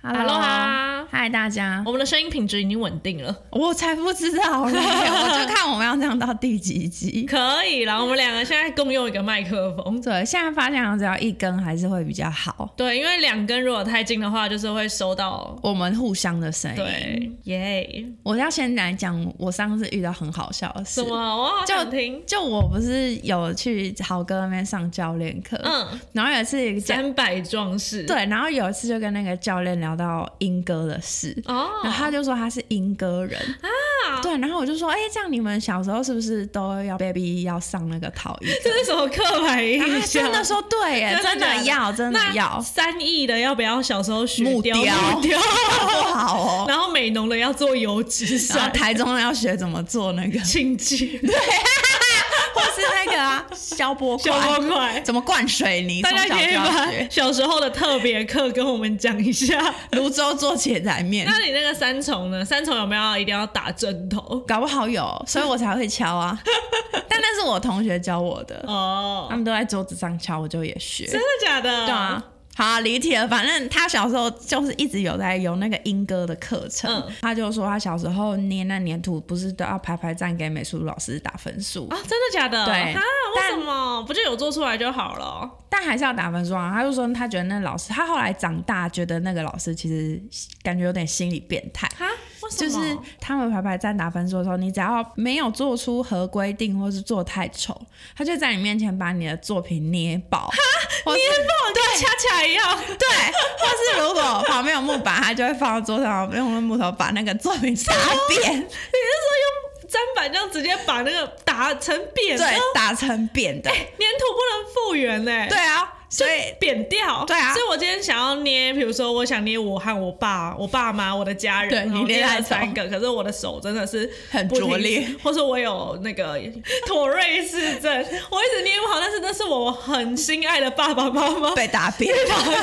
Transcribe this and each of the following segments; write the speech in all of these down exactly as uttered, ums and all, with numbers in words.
Hello 哈， 嗨大家， 我们的声音品质已经稳定了， 我才不知道嘞，我就看我们要这样到第几集。 可以啦，我们两个现在共用一个麦克风。 对，现在发现只要一根还是会比较好。 对，因为两根如果太近的话，就是会收到我们互相的声音。 对，耶、yeah ！ 我要先来讲，我上次遇到很好笑的事。 什么？我好想听。 就, 就我不是有去豪哥那边上教练课，嗯，然后有一次三百壮士， 对，然后有一次就跟那个教练聊到英歌的事，哦，然后他就说他是英歌人啊，对，然后我就说，哎、欸，这样你们小时候是不是都要 baby 要上那个陶艺课？ 这是什么刻板印象？ 真的说对耶，真的要，真的要。 三艺的要不要小时候学木雕？ 木雕不好哦。 然后美浓的要做油纸伞， 然后台中的要学怎么做那个庆记， 对。或是那个啊，消波块， 消波块怎么灌水泥？ 大家可以把小时候的特别课跟我们讲一下。 泸州做茄仔面。 那你那个三重呢？三重有没有一定要打针头？ 搞不好有，所以我才会敲啊。但那是我同学教我的哦，他们都在桌子上敲，我就也学。 真的假的？ 对啊。好，离题了。反正他小时候就是一直有在有那个英歌的课程、嗯，他就说他小时候捏那黏土不是都要排排站给美术老师打分数啊？真的假的？ 对啊， 为什么不就有做出来就好了？ 但还是要打分数啊。他就说他觉得那老师，他后来长大觉得那个老师其实感觉有点心理变态啊。 就是他们排排站打分数的时候，你只要没有做出合规定或是做太丑，他就在你面前把你的作品捏爆， 捏爆跟恰恰一样。 对，或是如果旁边有木板，他就会放到桌上，用木头把那个作品擦扁。你是说用砧板这样直接把那个打成扁的？ 对，打成扁的。 欸、黏土不能复原哎、欸。 对啊。 所以扁掉， 对啊， 所以我今天想要捏，比如说我想捏我和我爸、我爸妈、我的家人， 对，你捏了三个，可是我的手真的是很拙劣， 或是我有那个妥瑞氏症，我一直捏不好，但是那是我很心爱的爸爸妈妈被打扁，然后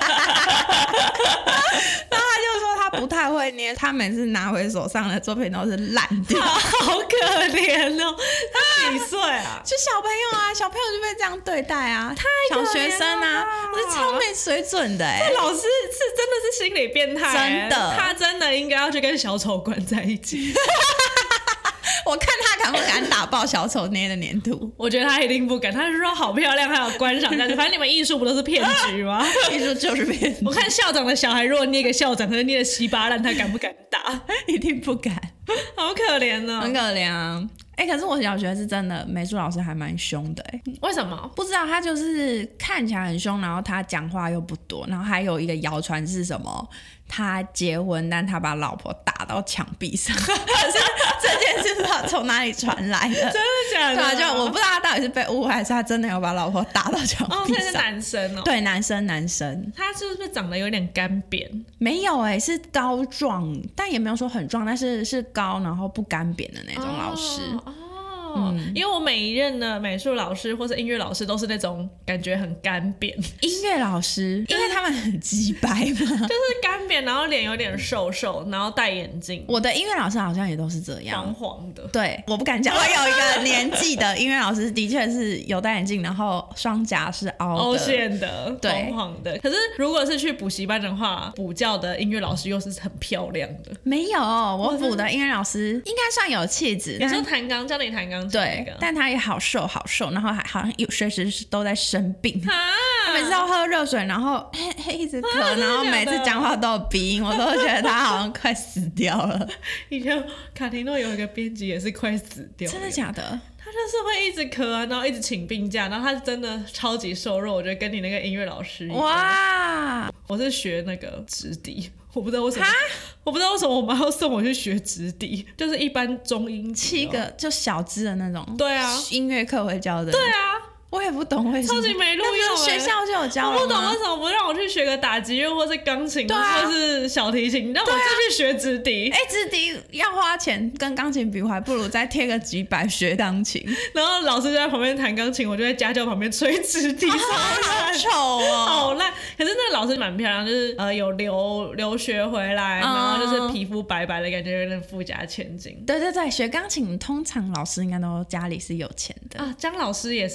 他就说他不太会捏，他每次拿回手上的作品都是烂掉， 好可怜哦。他几岁啊？ 就小朋友啊，小朋友就被这样对待啊， 太可怜了， 小学生啊，我是超没水准的哎、 欸，这老师是真的是心理变态、欸， 真的， 他真的应该要去跟小丑关在一起。 我看他敢不敢打爆小丑捏的粘土， 我觉得他一定不敢。他是说好漂亮，还有观赏价值。反正你们艺术不都是骗局吗？ 艺术就是骗局。 我看校长的小孩，如果捏个校长，他捏的稀巴烂，他敢不敢打？ 一定不敢。 好可怜哦， 很可怜啊。哎、欸，可是我小学是真的美术老师还蛮凶的哎、欸， 为什么？ 不知道，他就是看起来很凶，然后他讲话又不多，然后还有一个谣传是什么？他结婚，但他把老婆打到墙壁上。可是这件事不知道从哪里传来的，真的假的？ 对啊，就我不知道他到底是被误会，还是他真的有把老婆打到墙壁上。哦， 他是男生哦。 对，男生，男生。他是不是长得有点干扁？ 没有哎、欸，是高壮，但也没有说很壮，但是是高然后不干扁的那种老师。哦嗯，因为我每一任的美术老师或是音乐老师都是那种感觉很干扁。 音乐老师，因为他们很鸡掰嘛， 就是干扁，然后脸有点瘦瘦，然后戴眼镜。 我的音乐老师好像也都是这样， 黄黄的。 对，我不敢讲。我有一个年纪的音乐老师，的确是有戴眼镜，然后双颊是凹的凹陷的， 对， 黄黄的。可是如果是去补习班的话，补教的音乐老师又是很漂亮的。 没有，我补的音乐老师应该算有气质。 你说弹钢，教你弹钢。 对，但他也好瘦好瘦，然后还好像有随时都在生病。他每次要喝热水，然后嘿嘿一直咳、啊，然后每次讲话都有鼻音，我都觉得他好像快死掉了。 以前卡提诺有一个编辑也是快死掉了， 真的假的？ 他就是会一直咳啊，然后一直请病假，然后他是真的超级瘦弱，我觉得跟你那个音乐老师一样。哇！我是学那个直笛。我不知道为什么，我不知道为什么我妈要送我去学直笛，就是一般中音七个就小支的那种。 对啊， 音乐课会教的。 对啊。 我也不懂为什么， 超级没录用、 欸。学校就有教了吗？ 我不懂为什么不让我去学个打击乐，或是钢琴，啊、或是小提琴，你让我再去学直笛。 哎、啊，直笛要花钱，跟钢琴比，我还不如再贴个几百学钢琴。 然后老师就在旁边弹钢琴，我就在家教旁边吹直笛， 好丑哦， 好烂。可是那个老师蛮漂亮，就是呃有留留学回来，然后就是皮肤白白的感觉，有点富家千金。 对对对，学钢琴通常老师应该都家里是有钱的啊。张老师也是有那种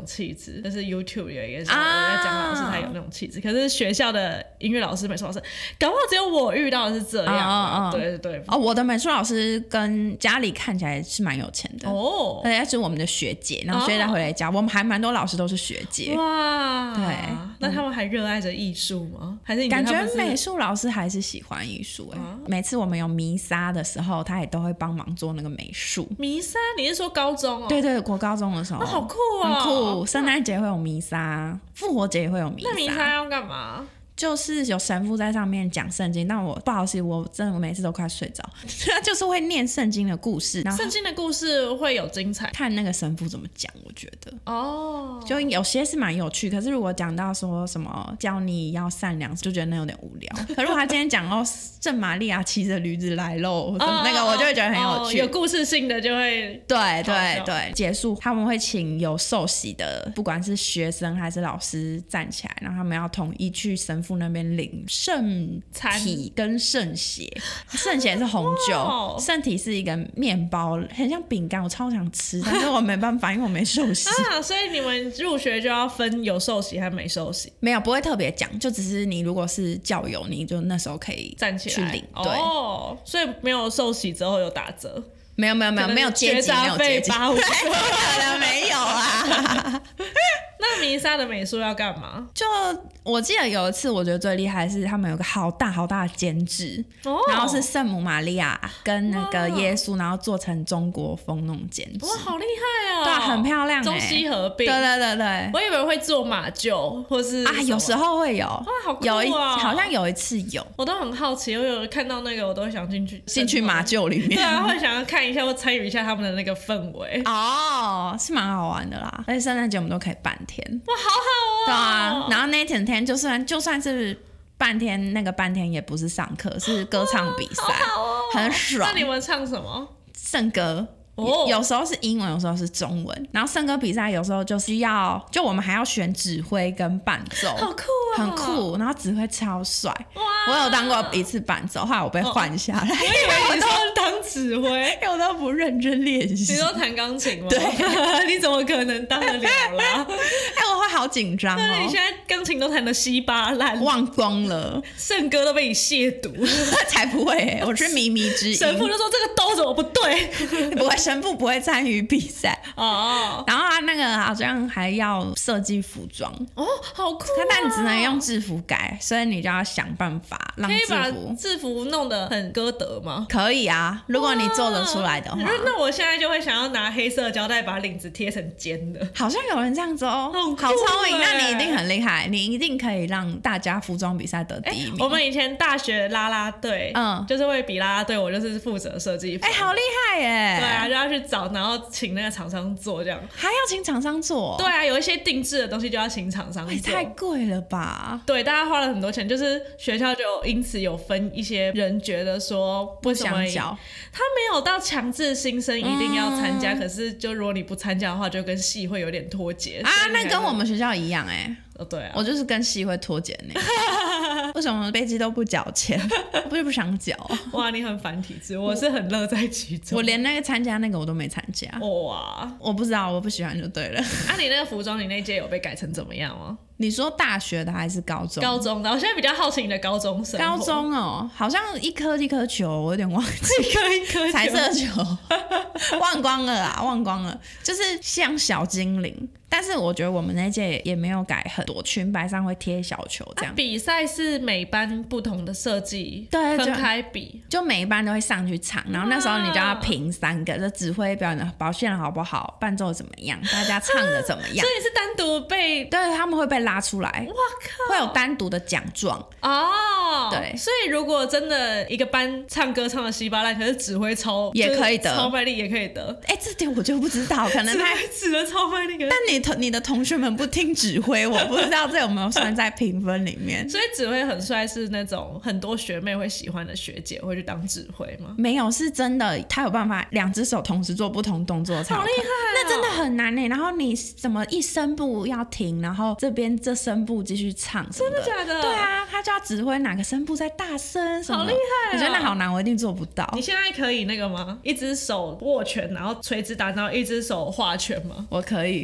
气质，就是 YouTube 有一个像我在讲老师他有那种气质、啊、可是学校的音乐老师美术老师搞不好只有我遇到的是这样、啊哦哦、对对对哦，我的美术老师跟家里看起来是蛮有钱的哦，而且是我们的学姐，然后学姐带回来教、哦、我们还蛮多老师都是学姐。哇，对， 那他们还热爱着艺术吗？还是你觉得感觉美术老师还是喜欢艺术哎、啊？每次我们有弥撒的时候，他也都会帮忙做那个美术。 弥撒？你是说高中哦？ 对对，国高中的时候。 哦、好酷哦， 很酷。圣诞节会有弥撒，复活节也会有弥撒。 那弥撒要干嘛？ 就是有神父在上面讲圣经，但我不好意思，我真的我每次都快睡着。他就是会念圣经的故事， 圣经的故事会有精彩， 看那个神父怎么讲，我觉得哦，就有些是蛮有趣。可是如果讲到说什么教你要善良，就觉得那有点无聊。可如果他今天讲到圣玛利亚骑着驴子来喽，哦、那个我就会觉得很有趣， 哦、有故事性的就会对对对。结束他们会请有受洗的，不管是学生还是老师站起来，然后他们要统一去神父那边领圣体跟圣血。圣血是红酒，圣体是一个面包，很像饼干，我超想吃，但是我没办法，因为我没受洗啊。所以你们入学就要分有受洗和没受洗？ 没有，不会特别讲，就只是你如果是教友，你就那时候可以站起来去领。对哦，所以没有受洗之后有打折？ 没有没有没有没有阶级，没有阶级， 八五， 可能没有啊。 那弥撒的美术要干嘛？ 就我记得有一次，我觉得最厉害的是他们有个好大好大的剪纸，哦、然后是圣母玛利亚跟那个耶稣，然后做成中国风那种剪纸。 哇，好厉害哦！ 对啊，很漂亮、欸， 中西合并。 对对对对， 我以为会做马厩或是啊，有时候会有。哇， 好酷啊！ 有一好像有一次有， 我都很好奇，我有看到那个，我都想进去进去马厩里面。 对啊，会想要看一下或参与一下他们的那个氛围。 哦，是蛮好玩的啦。而且圣诞节我们都可以半天。 哇，好好哦。 对啊，然后那一整天就算就算是半天，那个半天也不是上课，是歌唱比赛， 哦、 很爽。 那你们唱什么？ 圣歌。Oh. 有时候是英文，有时候是中文。然后圣歌比赛有时候就需要，就我们还要选指挥跟伴奏， 好酷啊， 很酷。然后指挥超帅，我有当过一次伴奏，后来我被换下来。Oh. 我以为你说当指挥， 因为我都不认真练习。 你说弹钢琴吗？ 对， 你怎么可能当得了啦？ 哎、欸，我会好紧张哦。 你现在钢琴都弹得稀巴烂， 忘光了， 圣歌都被你亵渎， 才不会、欸！我是靡靡之音。 神父就说这个兜怎么不对？ 不会。神父不会参与比赛哦， 然后他那个好像还要设计服装哦，好酷、哦！ 但只能用制服改，所以你就要想办法让制服。可以把制服弄得很歌德吗？ 可以啊，如果你做得出来的话。 那我现在就会想要拿黑色胶带把领子贴成尖的。 好像有人这样子哦，好聪明！那你一定很厉害，你一定可以让大家服装比赛得第一名。 我们以前大学啦啦队，嗯，就是会比啦啦队，我就是负责设计服。 哎、欸，好厉害耶！ 对啊。就要去找，然后请那个厂商做，这样还要请厂商做。 对啊，有一些定制的东西就要请厂商做， 太贵了吧？ 对，大家花了很多钱，就是学校就因此有分一些人觉得说，为什么他没有到强制新生一定要参加、嗯，可是就如果你不参加的话，就跟系会有点脱节啊。那跟我们学校一样哎、欸。 哦，对啊， 我就是跟系会脱节那个。为什么飞机都不缴钱？我就不想缴。 哇，你很反体制，我是很乐在其中。 我连那个参加那个我都没参加。 哇， 我不知道，我不喜欢就对了。 啊，你那个服装，你那届有被改成怎么样吗？ 你说大学的还是高中？ 高中的，我现在比较好奇你的高中生活。 高中哦，好像一颗一颗球，我有点忘记。 一颗一颗彩色球，忘光了啊，忘光了。就是像小精灵，但是我觉得我们那届也没有改很多，裙摆上会贴小球这样。 啊、比赛是每班不同的设计， 对， 分开比， 就每一班都会上去唱，然后那时候你就要评三个，就指挥表演的表现好不好，伴奏怎么样，大家唱的怎么样。 所以是单独被， 对，他们会被拉出来， 哇靠， 会有单独的奖状哦。 对， 所以如果真的一个班唱歌唱的稀巴烂，可是指挥超也可以得， 超卖力也可以得。 哎、欸，这点我就不知道，可能他指的超卖力， 但你同你的同学们不听指挥，我不知道这有没有算在评分里面。 所以指挥很帅，是那种很多学妹会喜欢的学姐会去当指挥吗？ 没有，是真的，他有办法两只手同时做不同动作才好， 好厉害、哦， 那真的很难耶。然后你怎么一声部要停，然后这边这声部继续唱什么的， 真的假的？ 对啊，他就要指挥哪个声部在大声什么， 好厉害、哦！ 我觉得那好难，我一定做不到。 你现在可以那个吗？一只手握拳，然后垂直打，然后一只手画拳吗？ 我可以，这我有特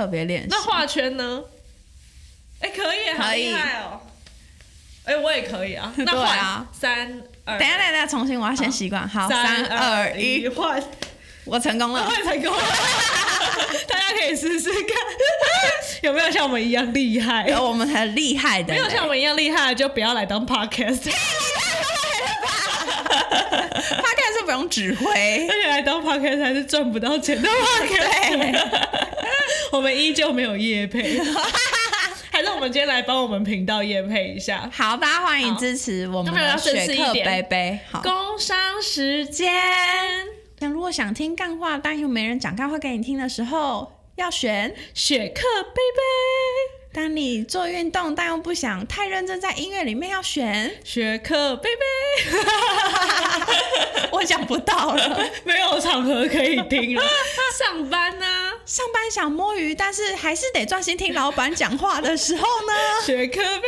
特别练习。 那画圈呢？哎、欸，可以，好厉害哦！哎、欸，我也可以啊。那对啊， 三二， 等一下等一下，重新，我要先习惯。好，三二一， 换。 我成功了， 我也成功了。大家可以试试看，有没有像我们一样厉害？ 有，我们才厉害的。 没有像我们一样厉害的，就不要来当 podcast。 podcast 是不用指挥， 而且来当 podcast 还是赚不到钱的 podcast。我们依旧没有业配。还是我们今天来帮我们频道业配一下。 好，大家欢迎支持我们的雪克杯杯。好， 工商时间。 那如果想听干话，但又没人讲干话给你听的时候，要选雪克杯杯。 当你做运动但又不想太认真在音乐里面，要选雪克杯杯。 我想不到了， 没有场合可以听了。上班啊， 上班想摸鱼，但是还是得专心听老板讲话的时候呢， 雪克杯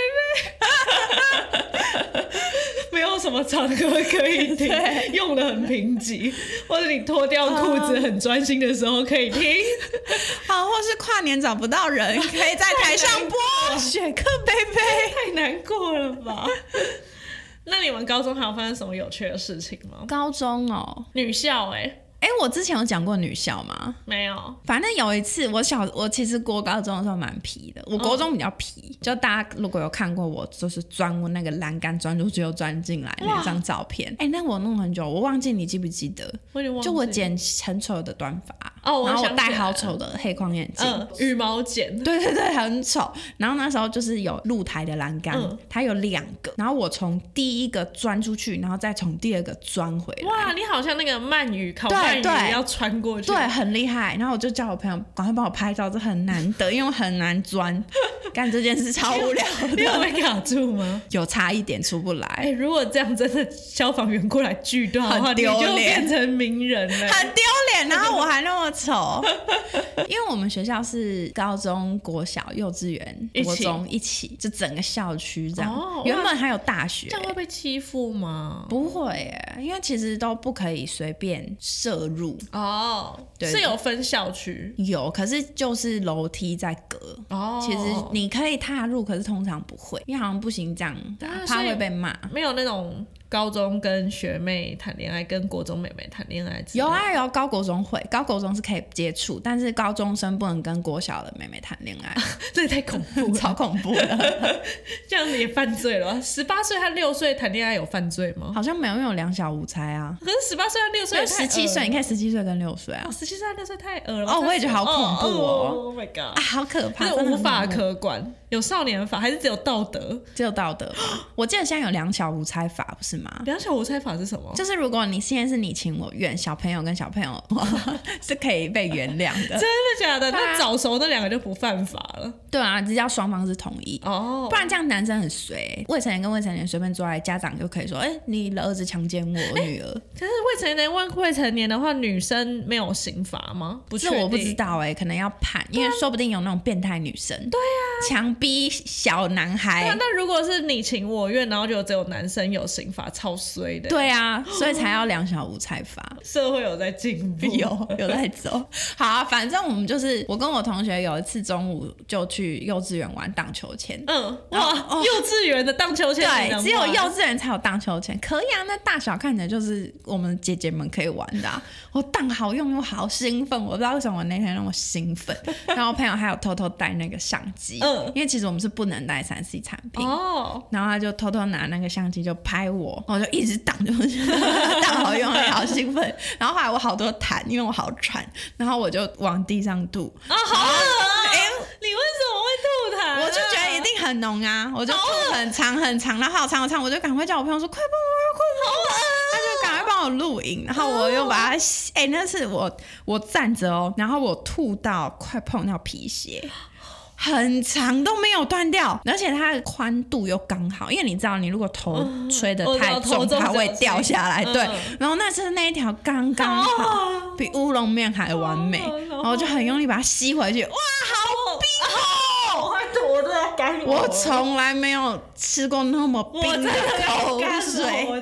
杯。没有什么场合可以听，用的很贫瘠，或者你脱掉裤子很专心的时候可以听。 好，或是跨年找不到人，可以在台上播雪克杯杯。 太难过了吧？那你们高中还有发生什么有趣的事情吗？ 高中哦， 女校哎、欸。 哎、欸，我之前有讲过女校吗？ 没有。 反正有一次，我小我其实国高中的时候蛮皮的，我国中比较皮。哦、就大家如果有看过我，就是钻过那个栏杆钻出去又钻进来那张照片，哎、欸，那我弄很久，我忘记你记不记得？ 我忘记就我剪很丑的短发， 哦， 然后我戴好丑的黑框眼镜， 嗯，羽毛剪， 对对对，很丑。然后那时候就是有露台的栏杆、嗯，它有两个，然后我从第一个钻出去，然后再从第二个钻回来。 哇，你好像那个鳗鱼烤鳗鱼要穿过去， 对，很厉害。然后我就叫我朋友赶快帮我拍照，这很难得，因为很难钻。干这件事超无聊的。 你有被卡住吗？ 有差一点出不来。 哎、欸，如果这样真的消防员过来锯断的话， 很丢脸， 你就变成名人了， 很丢脸。然后我还那么丑，因为我们学校是高中、国小、幼稚园、国中一起，就整个校区这样、哦。原本还有大学， 这样会被欺负吗？ 不会耶，因为其实都不可以随便涉入哦。对，是有分校区， 有，可是就是楼梯在隔哦。其实你可以踏入，可是通常不会，因为好像不行这样，啊、怕会被骂。 没有那种高中跟学妹谈恋爱，跟国中妹妹谈恋爱。 有啊有，高国中会，高国中是可以接触，但是高中生不能跟国小的妹妹谈恋爱。 这也太恐怖了， 超恐怖的。 这样子也犯罪了。十八岁和六岁谈恋爱有犯罪吗？ 好像没有，因为有两小无猜啊。 可是十八岁和六岁， 十七岁，你可以十七岁跟六岁啊。 十七岁和六岁太恶了。 哦，我也觉得好恐怖哦。 Oh my god， 啊，好可怕， 真的无法可管。有少年法还是只有道德？ 只有道德吧。我记得现在有两小无猜法，不是吗？ 两小无猜法是什么？ 就是如果你现在是你情我愿，小朋友跟小朋友是可以被原谅的。 真的假的？那早熟那两个就不犯法了？ 对啊，只要双方是同意哦， 不然这样男生很衰。未成年跟未成年随便抓来，家长就可以说：“哎、欸，你的儿子强奸我女儿。” 可是未成年问未成年的话，女生没有刑罚吗？不确定， 这我不知道哎、欸，可能要判，因为说不定有那种变态女生， 对啊， 强逼小男孩。 对啊，那如果是你情我愿，然后就只有男生有刑罚，超衰的。 对啊，所以才要两小无猜法。 社会有在进步， 有有在走。好啊，反正我们就是我跟我同学有一次中午就去幼稚园玩荡秋千。 嗯，哇，哦、幼稚园的荡秋千， 对，只有幼稚园才有荡秋千，可以啊。那大小看起来就是我们姐姐们可以玩的、啊。我荡好用又好兴奋，我不知道为什么我那天那么兴奋。然后我朋友还有偷偷带那个相机，嗯，因为其实我们是不能带三 C 产品哦。然后他就偷偷拿那个相机就拍我，我就一直荡，就荡好用，好兴奋。然后后来我好多痰，因为我好喘，然后我就往地上吐。 啊，好恶啊！哎、欸，你为什么会吐痰、啊？ 我就觉得一定很浓啊，我就吐很长很长，然后好长好长，我就赶快叫我朋友说：“快帮我，快帮我！”好恶啊、他就赶快帮我录影，然后我又把它，哎、欸，那次我我站着哦，然后我吐到快碰到皮鞋。很长都没有断掉，而且它的宽度又刚好，因为你知道，你如果头吹得太重，它会掉下来。对，然后那次那一条刚刚好，比乌龙面还完美，然后就很用力把它吸回去。哇，好冰哦！ 我快吐了，干我从来没有吃过那么冰的口水， 我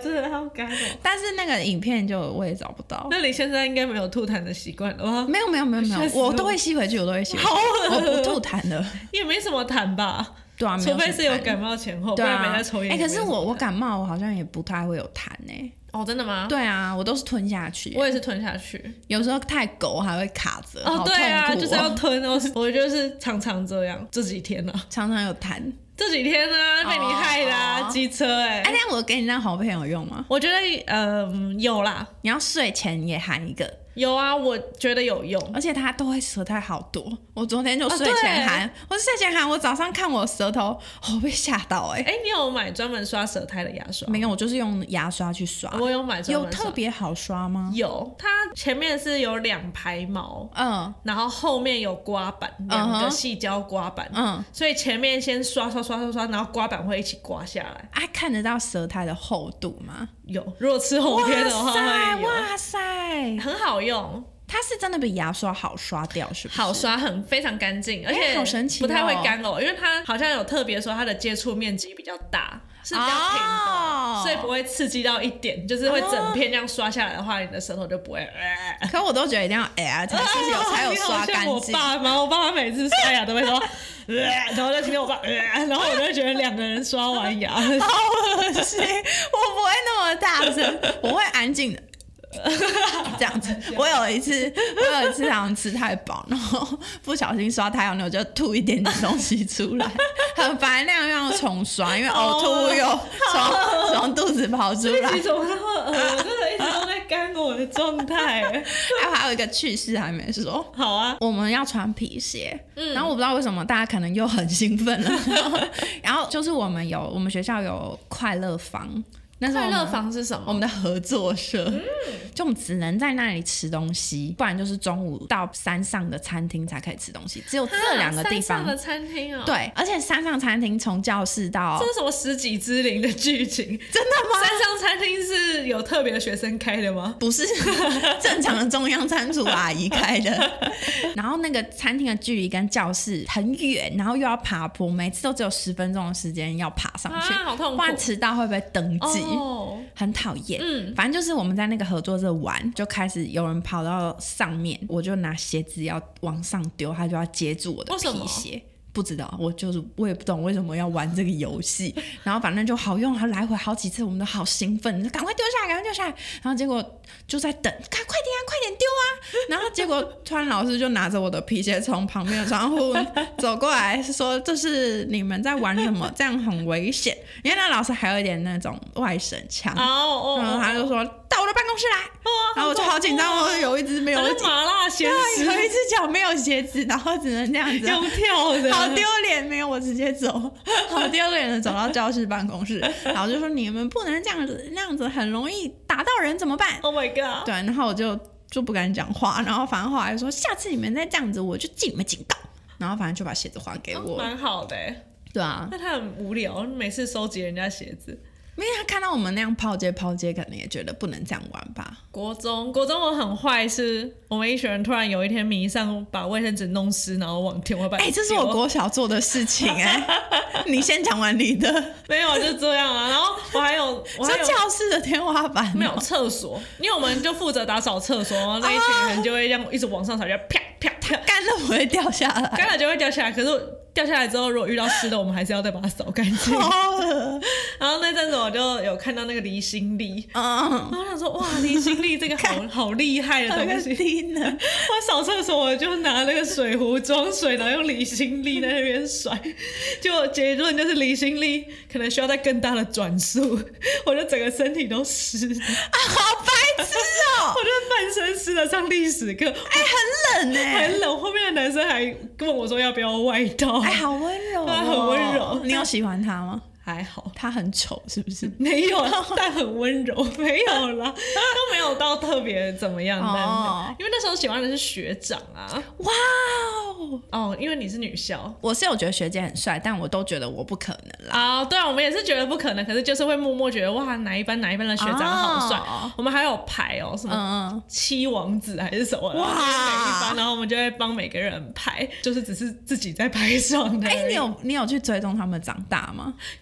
真的好干哦。 但是那个影片就我也找不到。 那你现在应该没有吐痰的习惯了吧？ 没有没有没有没有，我都会吸回去，我都会吸回去，我不吐痰的。 也没什么痰吧？ 对啊， 除非是有感冒前后，不然没在抽烟。 哎、欸，可是我我感冒，我好像也不太会有痰哎、欸。 哦，真的吗？ 对啊，我都是吞下去。 我也是吞下去， 有时候太狗还会卡着。 哦，对啊，就是要吞哦。 我就是常常这样，这几天啊， 常常有痰。 这几天呢、啊，被你害的啊，机、哦、车哎、欸！ 哎、啊，那我给你那好朋友用吗？ 我觉得呃有啦， 你要睡前也含一个。 有啊，我觉得有用， 而且它都会舌苔好多。我昨天就睡前含，哦、我睡前含，我早上看我舌头，我被吓到哎、欸！ 哎、欸，你有买专门刷舌苔的牙刷？ 没有，我就是用牙刷去刷。 我有买专门刷，有特别好刷吗？ 有，它前面是有两排毛， 嗯， 然后后面有刮板，两个细胶刮板，嗯，所以前面先刷刷刷刷刷，然后刮板会一起刮下来。 啊，看得到舌苔的厚度吗？ 有，如果吃红天的话会有。 哇塞， 很好用。 它是真的比牙刷好刷掉，是不是？ 好刷，很非常干净，而且好神奇、哦， 不太会干呕，因为它好像有特别说它的接触面积比较大，是比较平的，哦、所以不会刺激到一点，就是会整片这样刷下来的话，你的舌头就不会。呃、 可我都觉得一定要哎呀，才是有才有刷干净。 我爸妈，我爸妈每次刷牙都会说，呃、然后就听见我爸，呃、然后我就觉得两个人刷完牙，好恶心。我不会那么大声，我会安静的。这样子，我有一次，我有一次好像吃太饱，然后不小心刷太阳牛，就吐一点点东西出来，很烦，那样要重刷，因为呕吐又从从肚子跑出来。 怎么那么恶？我真的一直都在干呕的状态。 还有还有一个趣事还没说。 好啊， 我们要穿皮鞋，嗯，然后我不知道为什么大家可能又很兴奋了，然后, 然后就是我们有我们学校有快乐房。 快乐房是什么？ 我们的合作社，嗯、就我们只能在那里吃东西，不然就是中午到山上的餐厅才可以吃东西，只有这两个地方。 山上的餐厅哦， 对，而且山上餐厅从教室到这是什么十几之灵的剧情？ 真的吗？ 山上餐厅是有特别的学生开的吗？ 不是，正常的中央餐厨阿姨开的。然后那个餐厅的距离跟教室很远，然后又要爬坡，每次都只有十分钟的时间要爬上去， 啊、好痛苦！ 不然迟到会被登记。 哦， 很讨厌。 嗯， 反正就是我们在那个合作社玩，就开始有人跑到上面，我就拿鞋子要往上丢，他就要接住我的皮鞋。不知道，我就是我也不懂为什么要玩这个游戏，然后反正就好用，他来回好几次，我们都好兴奋，赶快丢下来，赶快丢下来。然后结果就在等，快快点啊，快点丢啊！然后结果突然老师就拿着我的皮鞋从旁边的窗户走过来，说：“这是你们在玩什么？这样很危险。”因为那老师还有一点那种外省腔，然后他就说：“到我的办公室来。”然后我就好紧张，我有一只没有麻辣鲜师， 有一只脚没有鞋子，然后只能这样子用跳的。 好丢脸，没有我直接走，好丢脸的走到教室办公室，然后就说你们不能这样子，那样子很容易打到人怎么办 ？Oh my god！ 对，然后我就就不敢讲话，然后反正后来说下次你们再这样子，我就记你们警告，然后反正就把鞋子还给我， 蛮、哦、好的。 对啊， 那他很无聊，每次收集人家鞋子。 因为他看到我们那样抛接抛接，可能也觉得不能这样玩吧。 国中，国中我很坏，是我们一群人突然有一天迷上把卫生纸弄湿，然后往天花板丢。 哎、欸，这是我国小做的事情哎、欸。你先讲完你的。 没有，就这样啊。然后我还有，我还有教室的天花板、喔， 没有厕所，因为我们就负责打扫厕所，然后那一群人就会这样一直往上扫，就啪啪啪， 干了不会掉下来， 干了就会掉下来。可是掉下来之后，如果遇到湿的，我们还是要再把它扫干净。然后那阵子我就有看到那个离心力，嗯、然后我想说哇，离心力这个好好厉害的东西。我扫厕所我就拿那个水壶装水，然后用离心力在那边甩，结果结论就是离心力可能需要再更大的转速，我就整个身体都湿了， 啊，好白痴哦！ 我就半身湿的上历史课， 哎、欸，很冷哎、 欸，很冷。后面的男生还问我说要不要外套， 哎、欸，好温柔、哦， 他很温柔。 你有喜欢他吗？ 还好， 他很丑是不是？ 没有，但很温柔，没有啦，都没有到特别怎么样。哦、但因为那时候喜欢的是学长啊。 哇哦！哦，因为你是女校， 我是有觉得学姐很帅，但我都觉得我不可能啦。 啊、哦，对啊，我们也是觉得不可能，可是就是会默默觉得哇，哪一班哪一班的学长好帅。哦、我们还有排哦，什么七王子还是什么，哇，每一班，然后我们就会帮每个人排，就是只是自己在排上的。 哎、欸，你有你有去追踪他们长大吗？ 有。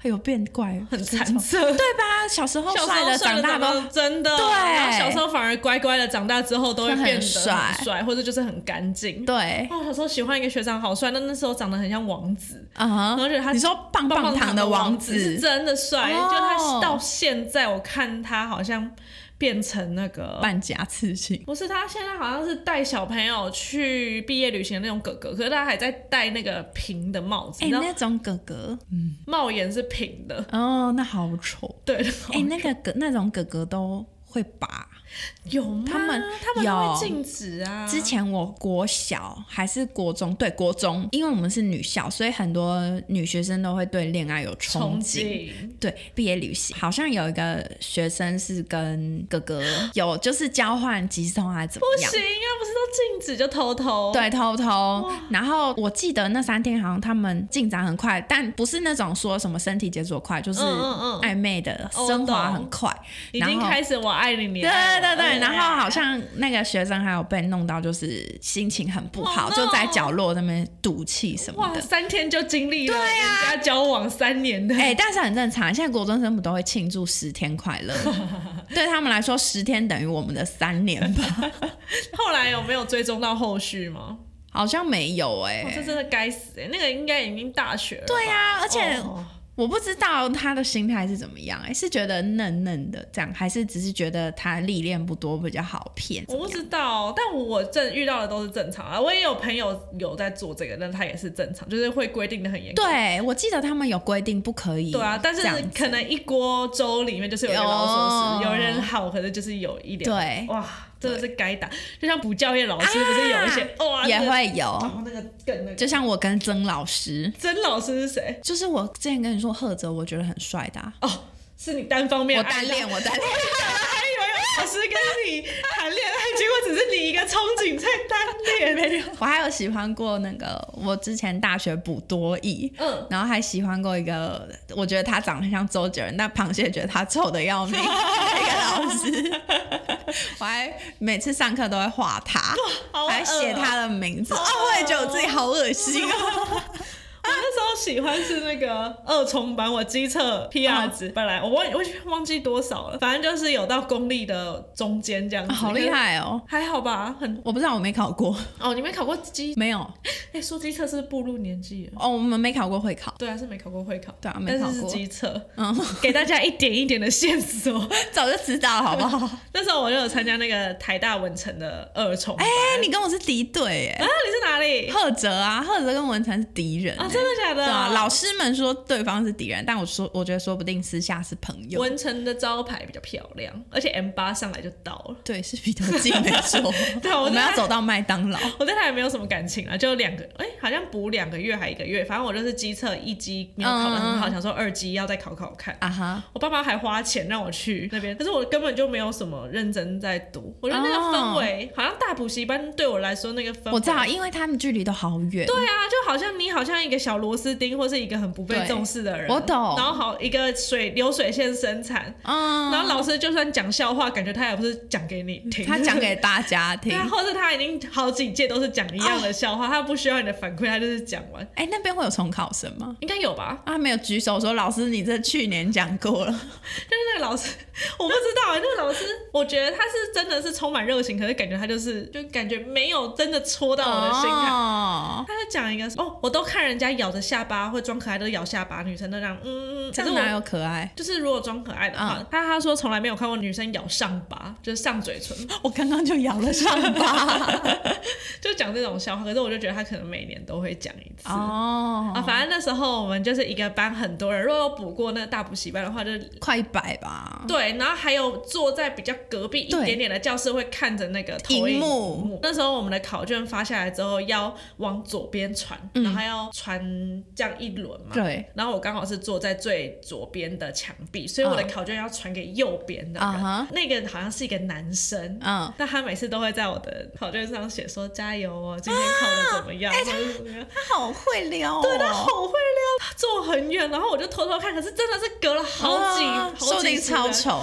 有变怪， 很残色， 对吧？小时候帅的长大都真的，对，然后小时候反而乖乖的，长大之后都会变得帅， 很帅，或者就是很干净。 对， 哦，小时候喜欢一个学长好帅，但那时候长得很像王子啊， uh-huh, 然后觉得他你说棒棒糖的王子是真的帅， 哦， 就他到现在我看他好像变成那个半假刺青， 不是，他现在好像是带小朋友去毕业旅行的那种哥哥，可是他还在戴那个平的帽子， 哎，欸，那种哥哥， 嗯，帽檐是平的， 哦，那好丑， 对， 哎，欸，那个哥那种哥哥都会拔。 有吗？ 他们他们都会禁止啊。 之前我国小还是国中，对国中，因为我们是女校，所以很多女学生都会对恋爱有憧憬。对，毕业旅行好像有一个学生是跟哥哥有就是交换即时通还是怎么样？ 不行啊，不是都禁止就偷偷？ 对，偷偷。然后我记得那三天好像他们进展很快，但不是那种说什么身体接触快，就是暧昧的升华很快， 嗯嗯嗯，已经开始我爱你，你爱我。对对对，然后好像那个学生还有被弄到就是心情很不好， oh, no. 就在角落那边赌气什么的。 哇，三天就经历了人家交往三年的， 哎，欸，但是很正常。现在国中生不都会庆祝十天快乐？对他们来说，十天等于我们的三年吧。 后来有没有追踪到后续吗？ 好像没有哎，欸， 这真的该死哎，欸！那个应该已经大学了。 对呀，啊，而且。Oh. 我不知道他的心态是怎么样，欸，是觉得嫩嫩的这样，还是只是觉得他历练不多比较好骗？ 我不知道，但我正遇到的都是正常啊。我也有朋友有在做这个，但他也是正常，就是会规定的很严格。 对，我记得他们有规定不可以。 对啊，但是可能一锅粥里面就是有一个老鼠屎，有人好，可是就是有一点。对，哇。真的是该打，就像补教业老师不是有一些，啊哦， 也会有， 哦，那个更那个， 就像我跟曾老师， 曾老师是谁？ 就是我之前跟你说赫哲，我觉得很帅的，啊， 哦，是你单方面爱，我单恋，我单恋， 还以为老师跟你谈恋爱，结果只是你一个憧憬在单恋，没有。 我还有喜欢过那个，我之前大学补多艺，嗯，然后还喜欢过一个，我觉得他长得像周杰伦，但螃蟹觉得他丑的要命，一个老师。我还每次上课都会画他，喔，还写他的名字，哦，我也觉得我自己好恶心哦。 我那时候喜欢是那个二重班，我基测 P R 值，哦，本来我忘我忘记多少了，反正就是有到公立的中间这样子， 哦，好厉害哦， 还好吧，很我不知道，我没考过哦，你没考过基？ 没有， 哎，欸，说基测是步入年纪了哦，我们没考过会考， 对啊，是没考过会考， 对啊，没考过， 但是是基测，嗯，给大家一点一点的线索， 早就知道了好不好？ 那时候我就有参加那个台大文成的二重班， 哎，欸，你跟我是敌对哎， 啊，你是哪里？ 赫哲啊，赫哲跟文成是敌人啊，真的假的？ 对啊，老师们说对方是敌人，但我说我觉得说不定私下是朋友。 文成的招牌比较漂亮，而且 M 八 上来就到了， 对，是比较近没错。 对，我, 我们要走到麦当劳。 我对他也没有什么感情啊，就两个，哎，好像补两个月还一个月，反正我就是基测一基没有考得很好，嗯，想说二基要再考考看啊哈。我爸妈还花钱让我去那边，可是我根本就没有什么认真在读，我觉得那个氛围，哦，好像大补习班对我来说那个氛围， 我知道，因为他们距离都好远。 对啊，就好像你好像一个小螺丝钉，或是一个很不被重视的人， 我懂。 然后好一个水流水线生产，嗯，然后老师就算讲笑话，感觉他也不是讲给你听， 他讲给大家听， 或者他已经好几届都是讲一样的笑话，哦，他不需要你的反馈，他就是讲完。 哎，欸，那边会有重考生吗？ 应该有吧？ 啊，没有举手说老师，你这去年讲过了。 就是那个老师，我不知道，那个老师，我觉得他是真的是充满热情，可是感觉他就是就感觉没有真的戳到我的心坎。哦，他就讲一个哦，我都看人家咬着下巴会装可爱，都咬下巴，女生都这样，嗯， 这哪有可爱？ 就是如果装可爱的话，嗯，他他说从来没有看过女生咬上巴，就是上嘴唇。 我刚刚就咬了上巴， 就讲这种笑话。可是我就觉得他可能每年都会讲一次哦。啊，反正那时候我们就是一个班很多人，如果有补过那个大补习班的话，就快一百吧。 对，然后还有坐在比较隔壁一点点的教室，会看着那个投影幕。那时候我们的考卷发下来之后，要往左边传，嗯，然后要传这样一轮嘛。对。然后我刚好是坐在最左边的墙壁，所以我的考卷要传给右边的人。Uh-huh. 那个好像是一个男生，嗯，但他每次都会在我的考卷上写说加油哦，今天考得怎么样？啊欸， 他, 他好会撩哦， 对，他好会撩，他坐很远，然后我就偷偷看，可是真的是隔了好几，啊，好几说不定超丑。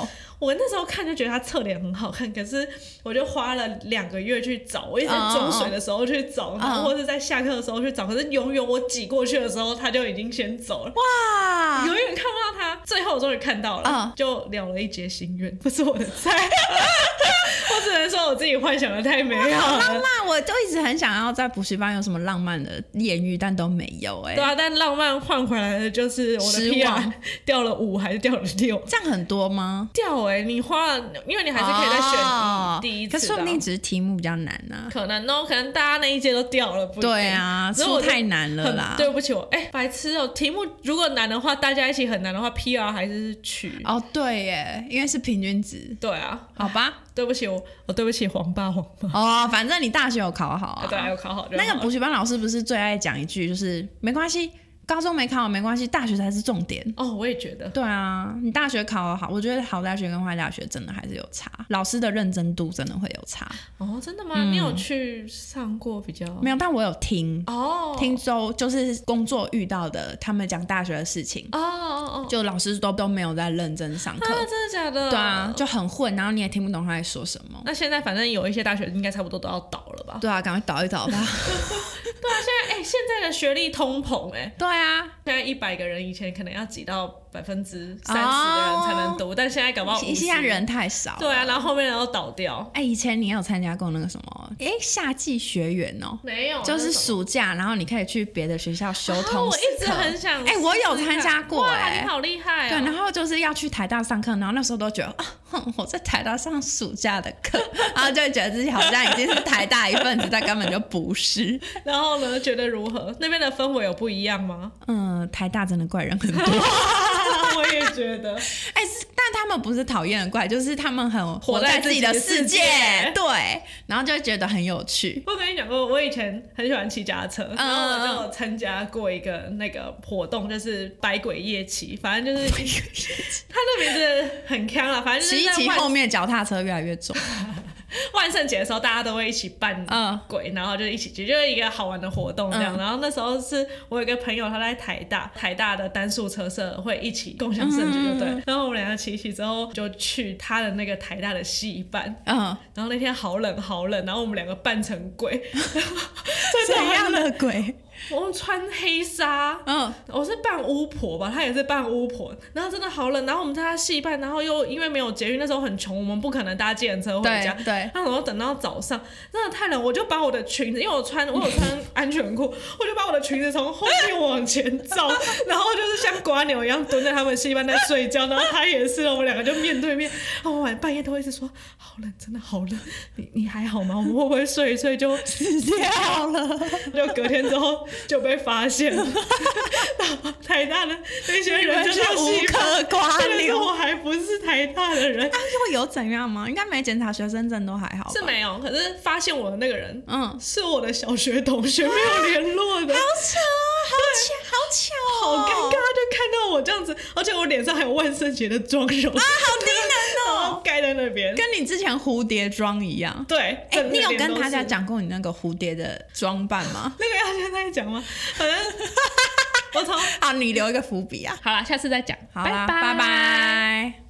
我那时候看就觉得他侧脸很好看，可是我就花了两个月去找，我一直在装水的时候去找， uh, 然后或者在下课的时候去找，可是永远我挤过去的时候他就已经先走了，哇，永远看不到他。最后我终于看到了， uh. 就了了一结心愿，不是我的菜。我只能说我自己幻想的太美好了。 浪漫，我就一直很想要在补习班有什么浪漫的艳遇，但都没有哎、欸。 对啊，但浪漫换回来的就是我的 P R 掉了五还是掉了六， 这样很多吗？ 掉哎、欸，你花了，因为你还是可以再选第一次、啊哦， 可是说不定只是题目比较难啊。 可能哦，可能大家那一届都掉了，不一定。 对啊，出太难了啦。 对不起我，哎、欸，白痴哦、喔，题目如果难的话，大家一起很难的话 ，P R 还是取。 哦，对耶，因为是平均值。 对啊， 好吧。 对不起我，我对不起黄爸黄妈。 哦，反正你大学有考好啊。 对啊，有考好就好。 那个补习班老师不是最爱讲一句，就是没关系，高中没考好没关系，大学才是重点。 哦，我也觉得。 对啊，你大学考好，我觉得好大学跟坏大学真的还是有差，老师的认真度真的会有差。 哦，真的吗？嗯、你有去上过比较？ 没有，但我有听哦， 听周就是工作遇到的，他们讲大学的事情。 哦哦哦， 就老师都都没有在认真上课、 啊，真的假的？ 对啊，就很混，然后你也听不懂他在说什么。 那现在反正有一些大学应该差不多都要倒了吧？ 对啊，赶快倒一倒吧。对啊，现在哎、欸，现在的学历通膨哎、欸。 对啊， 现在一百个人以前可能要挤到百分之三十的人才能读，哦、但现在搞不好五十。 现在人太少了。 对啊，然后后面人都倒掉。 哎、欸，以前你有参加过那个什么？哎、欸，夏季学园哦、喔， 没有， 就是暑假，然后你可以去别的学校修通识课、哦。 我一直很想。 哎、欸，我有参加过、欸。哎， 你好厉害、哦。 对，然后就是要去台大上课，然后那时候都觉得啊，哼，我在台大上暑假的课，然后就觉得自己好像已经是台大一份子，但根本就不是。 然后呢，觉得如何？那边的氛围有不一样吗？ 嗯，台大真的怪人很多。 我也觉得， 哎、欸，但他们不是讨厌的怪，就是他们很活在自己的世界，对，然后就会觉得很有趣。 我跟你讲过，我以前很喜欢骑脚踏车，嗯、然后我就有参加过一个那个活动，就是百鬼夜骑，反正就是他那名字很鏘啦，反正就是骑一骑后面脚踏车越来越重。 万圣节的时候，大家都会一起扮鬼，嗯、然后就一起去，就是一个好玩的活动这样。嗯、然后那时候是我有一个朋友，他在台大，台大的单数车社会一起共享盛举，就对。嗯、然后我们两个骑一骑之后，就去他的那个台大的戏班。嗯。然后那天好冷好冷，然后我们两个扮成鬼。 怎样的鬼？ 我们穿黑纱，嗯，我是扮巫婆吧，他也是扮巫婆，然后真的好冷，然后我们在他戏班，然后又因为没有捷运，那时候很穷，我们不可能搭计程车回家， 对，对， 然后等到早上，真的太冷，我就把我的裙子，因为我穿我有穿安全裤，我就把我的裙子从后面往前罩，然后就是像蝸牛一样蹲在他们戏班在睡觉，然后他也是，我们两个就面对面，然后我晚半夜都会一直说好冷，真的好冷，你你还好吗？我们会不会睡一睡就死掉了？ 就隔天之后。就被发现了，台大的那些人就是无可刮留。我还不是台大的人， 啊，又有怎样吗？应该没检查学生证都还好吧。 是没有，可是发现我的那个人，嗯，是我的小学同学，没有联络的。 好巧，好巧，好巧， 好尴尬，就看到我这样子，而且我脸上还有万圣节的妆容啊， 好低能哦， 盖在那边， 跟你之前蝴蝶妆一样。 对， 哎、欸，你有跟大家讲过你那个蝴蝶的装扮吗？ 那个要现在讲吗？反正我从好，你留一个伏笔啊。 好啦，下次再讲。 好啦，拜拜。